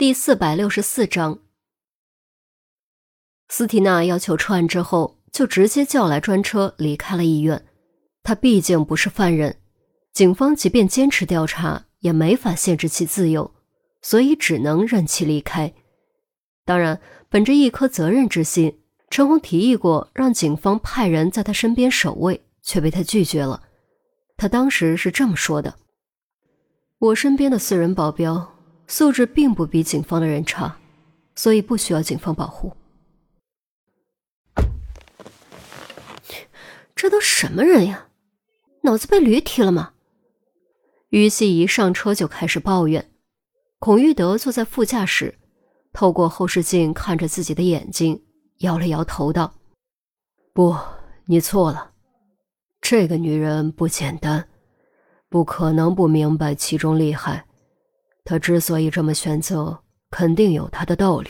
第464章。斯提娜要求撤案之后，就直接叫来专车离开了医院。她毕竟不是犯人，警方即便坚持调查，也没法限制其自由，所以只能任其离开。当然，本着一颗责任之心，陈红提议过让警方派人在他身边守卫，却被他拒绝了。他当时是这么说的：我身边的私人保镖素质并不比警方的人差，所以不需要警方保护。这都什么人呀？脑子被驴踢了吗？于西一上车就开始抱怨。孔玉德坐在副驾驶，透过后视镜看着自己的眼睛，摇了摇头道：不，你错了。这个女人不简单，不可能不明白其中厉害。她之所以这么选择，肯定有她的道理。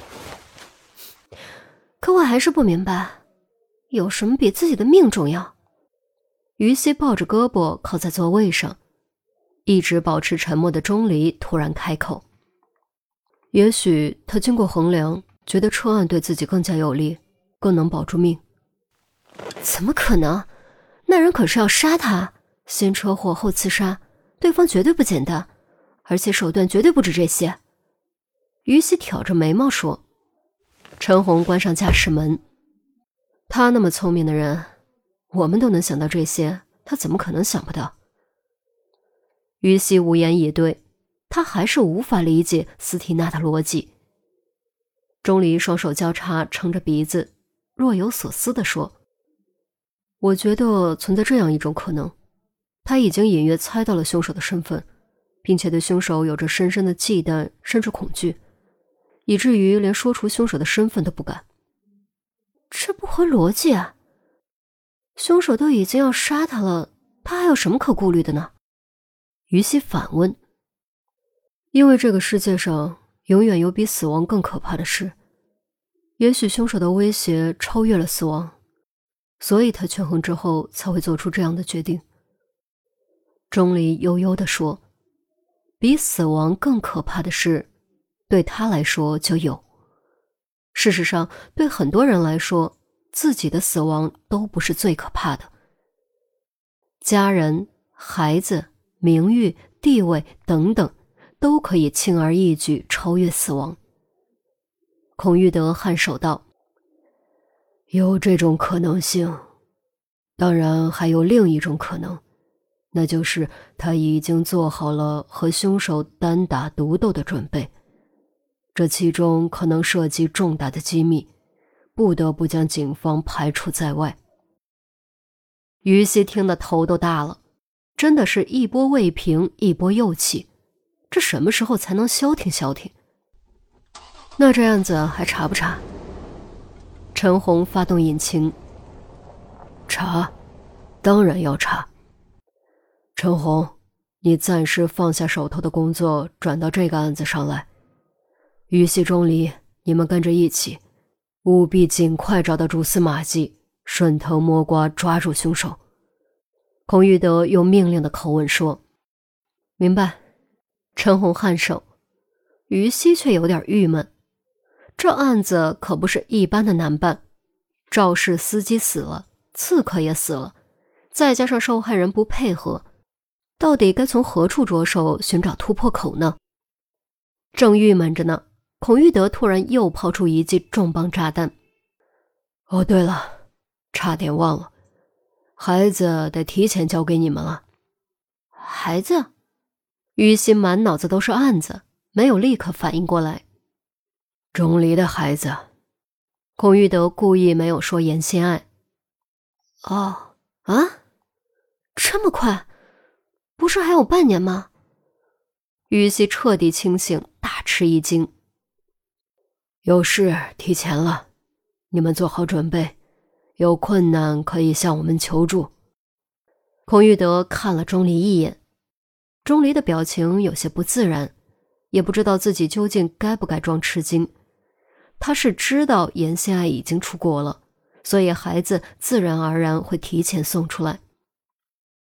可我还是不明白，有什么比自己的命重要？于西抱着胳膊靠在座位上，一直保持沉默的钟离突然开口：也许他经过衡量，觉得撤案对自己更加有利，更能保住命。怎么可能？那人可是要杀他，先车祸后刺杀，对方绝对不简单，而且手段绝对不止这些。于西挑着眉毛说。陈红关上驾驶门。他那么聪明的人，我们都能想到这些，他怎么可能想不到？于西无言以对，他还是无法理解斯提娜的逻辑。钟离双手交叉撑着鼻子，若有所思地说：我觉得存在这样一种可能，他已经隐约猜到了凶手的身份，并且对凶手有着深深的忌惮甚至恐惧，以至于连说出凶手的身份都不敢。这不合逻辑啊！凶手都已经要杀他了，他还有什么可顾虑的呢？于西反问。因为这个世界上永远有比死亡更可怕的事，也许凶手的威胁超越了死亡，所以他权衡之后才会做出这样的决定。钟离悠悠地说，比死亡更可怕的事，对他来说就有。事实上，对很多人来说，自己的死亡都不是最可怕的。家人、孩子、名誉、地位等等，都可以轻而易举超越死亡。孔玉德颔首道：有这种可能性，当然还有另一种可能，那就是他已经做好了和凶手单打独斗的准备。这其中可能涉及重大的机密，不得不将警方排除在外。于西听得头都大了，真的是一波未平一波又起，这什么时候才能消停消停？那这案子还查不查？陈红发动引擎。查，当然要查。陈红，你暂时放下手头的工作，转到这个案子上来。于西、钟离，你们跟着一起，务必尽快找到蛛丝马迹，顺藤摸瓜抓住凶手。孔玉德用命令的口吻说。明白。陈红颔首。于西却有点郁闷，这案子可不是一般的难办，肇事司机死了，刺客也死了，再加上受害人不配合，到底该从何处着手寻找突破口呢？正郁闷着呢，孔玉德突然又抛出一记重磅炸弹。哦，对了，差点忘了，孩子得提前交给你们了。孩子？于西满脑子都是案子，没有立刻反应过来。钟离的孩子。孔玉德故意没有说严心爱。哦，啊？这么快？不是还有半年吗？于西彻底清醒，大吃一惊。有事提前了，你们做好准备，有困难可以向我们求助。孔玉德看了钟离一眼，钟离的表情有些不自然，也不知道自己究竟该不该装吃惊。他是知道严心爱已经出国了，所以孩子自然而然会提前送出来。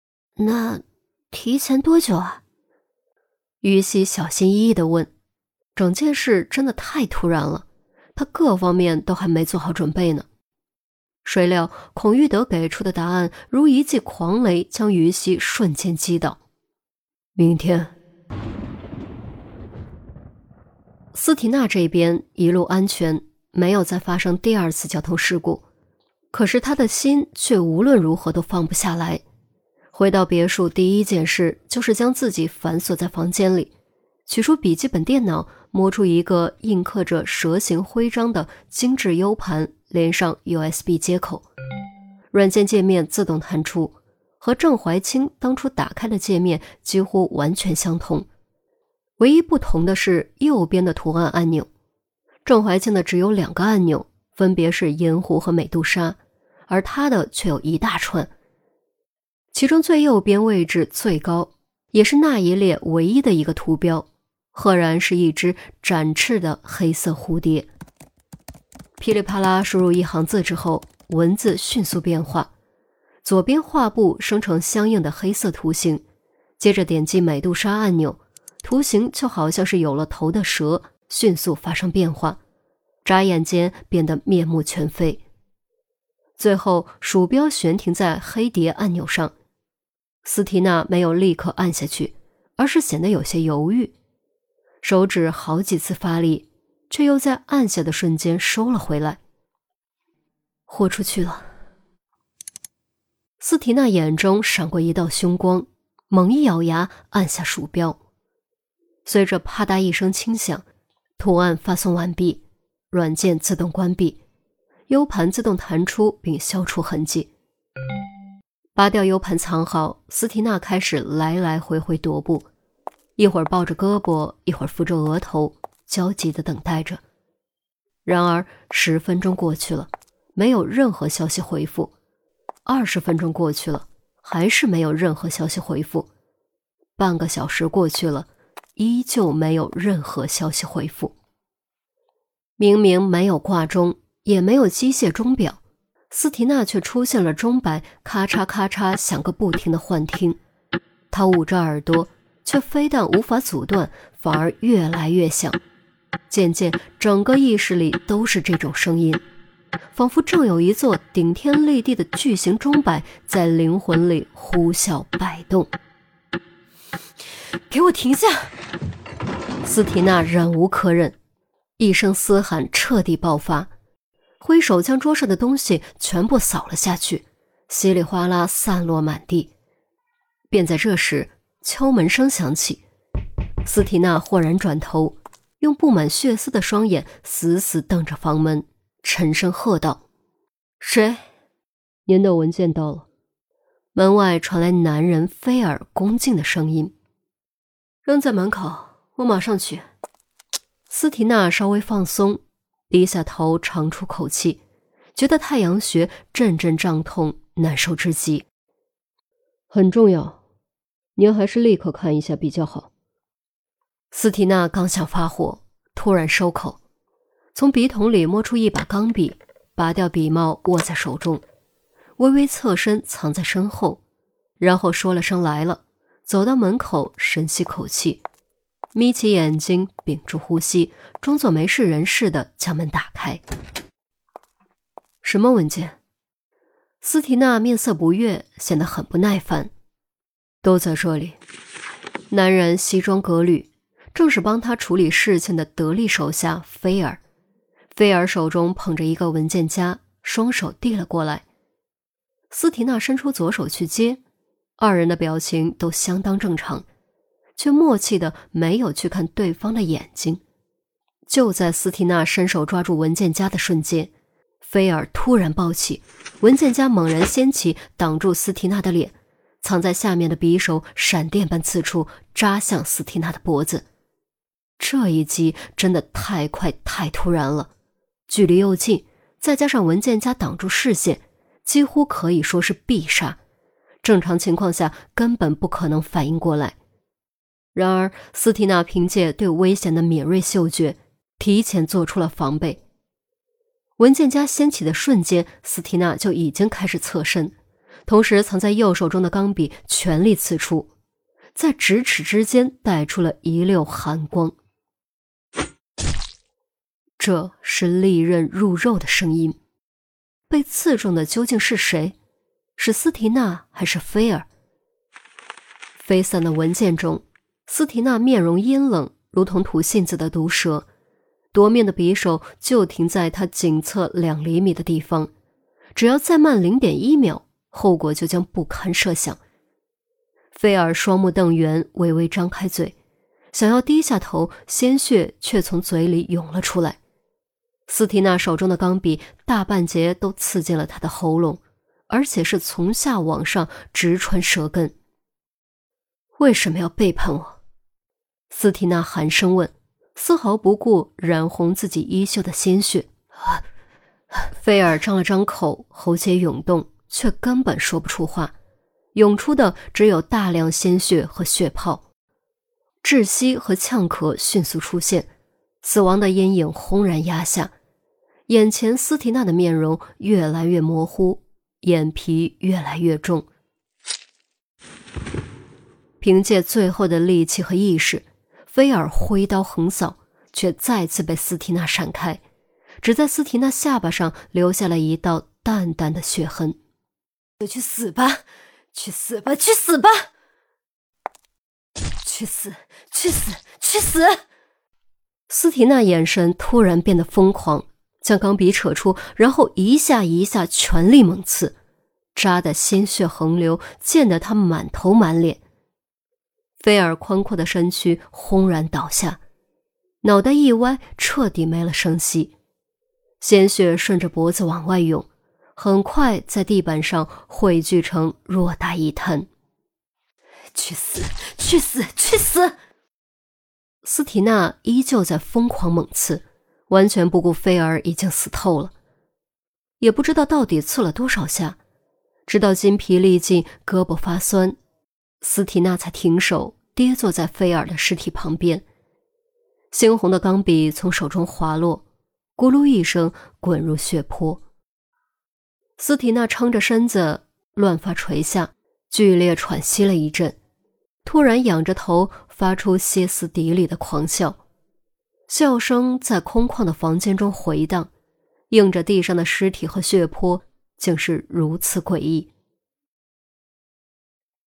那提前多久啊？于西小心翼翼地问。 整件事真的太突然了，他各方面都还没做好准备呢。谁料孔玉德给出的答案如一记狂雷，将于西瞬间击倒。明天。斯提娜这边一路安全，没有再发生第二次交通事故，可是他的心却无论如何都放不下来。回到别墅第一件事就是将自己反锁在房间里，取出笔记本电脑，摸出一个印刻着蛇形徽章的精致 U 盘，连上 USB 接口，软件界面自动弹出，和郑怀清当初打开的界面几乎完全相同。唯一不同的是右边的图案按钮，郑怀清的只有2个按钮，分别是盐湖和美杜莎，而他的却有一大串。其中最右边位置最高，也是那一列唯一的一个图标，赫然是一只展翅的黑色蝴蝶。噼里啪啦输入一行字之后，文字迅速变化，左边画布生成相应的黑色图形，接着点击美杜莎按钮，图形就好像是有了头的蛇，迅速发生变化，眨眼间变得面目全非。最后鼠标悬停在黑蝶按钮上，斯提娜没有立刻按下去，而是显得有些犹豫，手指好几次发力，却又在按下的瞬间收了回来。豁出去了。斯提娜眼中闪过一道凶光，猛一咬牙按下鼠标，随着啪嗒一声轻响，图案发送完毕，软件自动关闭， U 盘自动弹出并消除痕迹。拔掉 U 盘藏好，斯提娜开始来来回回踱步，一会儿抱着胳膊，一会儿扶着额头，焦急地等待着。然而10分钟过去了，没有任何消息回复；20分钟过去了，还是没有任何消息回复；半个小时过去了，依旧没有任何消息回复。明明没有挂钟，也没有机械钟表，斯提娜却出现了钟摆咔嚓咔嚓响个不停的幻听。她捂着耳朵，却非但无法阻断，反而越来越响。渐渐整个意识里都是这种声音，仿佛正有一座顶天立地的巨型钟摆在灵魂里呼啸摆动。给我停下！斯提娜忍无可忍，一声嘶喊彻底爆发，挥手将桌上的东西全部扫了下去，稀里哗啦散落满地。便在这时，敲门声响起，斯提娜豁然转头，用布满血丝的双眼死死瞪着房门，沉声喝道：谁？您的文件到了。门外传来男人菲尔恭敬的声音。扔在门口，我马上去。斯提娜稍微放松，低下头长出口气，觉得太阳穴阵阵胀痛，难受之极。很重要，您还是立刻看一下比较好。斯提娜刚想发火，突然收口，从笔筒里摸出一把钢笔，拔掉笔帽握在手中，微微侧身藏在身后，然后说了声来了，走到门口深吸口气，眯起眼睛屏住呼吸，装作没事人似的将门打开。什么文件？斯提娜面色不悦，显得很不耐烦。都在这里。男人西装革履，正是帮他处理事情的得力手下菲尔。菲尔手中捧着一个文件夹，双手递了过来。斯提娜伸出左手去接，二人的表情都相当正常，却默契的没有去看对方的眼睛。就在斯提娜伸手抓住文件夹的瞬间，菲尔突然抱起，文件夹猛然掀起，挡住斯提娜的脸，藏在下面的匕首闪电般刺出，扎向斯提娜的脖子。这一击真的太快太突然了，距离又近，再加上文件夹挡住视线，几乎可以说是必杀，正常情况下根本不可能反应过来。然而斯提娜凭借对危险的敏锐嗅觉，提前做出了防备。文件夹掀起的瞬间，斯提娜就已经开始侧身，同时藏在右手中的钢笔全力刺出，在咫尺之间带出了一溜寒光。 这是利刃入肉的声音。被刺中的究竟是谁？是斯提娜还是菲尔？飞散的文件中，斯提娜面容阴冷，如同吐信子的毒蛇，夺命的匕首就停在她颈侧2厘米的地方，只要再慢0.1秒，后果就将不堪设想。菲尔双目瞪圆，微微张开嘴，想要低下头，鲜血却从嘴里涌了出来。斯提娜手中的钢笔大半截都刺进了他的喉咙，而且是从下往上直穿舌根。为什么要背叛我？斯提娜寒声问，丝毫不顾染红自己衣袖的鲜血。菲尔张了张口，喉结涌动，却根本说不出话，涌出的只有大量鲜血和血泡。窒息和呛咳迅速出现，死亡的阴影轰然压下，眼前斯提娜的面容越来越模糊，眼皮越来越重。凭借最后的力气和意识，菲尔挥刀横扫，却再次被斯提娜闪开，只在斯提娜下巴上留下了一道淡淡的血痕。就去死吧，去死吧，去死吧！去死，去死，去死！斯提娜眼神突然变得疯狂，将钢笔扯出，然后一下一下全力猛刺，扎得鲜血横流，溅得他满头满脸。菲尔宽阔的身躯轰然倒下，脑袋一歪，彻底没了声息，鲜血顺着脖子往外涌，很快在地板上汇聚成偌大一滩。去死，去死，去死！斯提娜依旧在疯狂猛刺，完全不顾菲尔已经死透了，也不知道到底刺了多少下，直到筋疲力尽，胳膊发酸，斯提娜才停手，跌坐在菲尔的尸体旁边。猩红的钢笔从手中滑落，咕噜一声滚入血泊。斯提娜撑着身子乱发垂下，剧烈喘息了一阵，突然仰着头发出歇斯底里的狂笑，笑声在空旷的房间中回荡，映着地上的尸体和血泊，竟是如此诡异。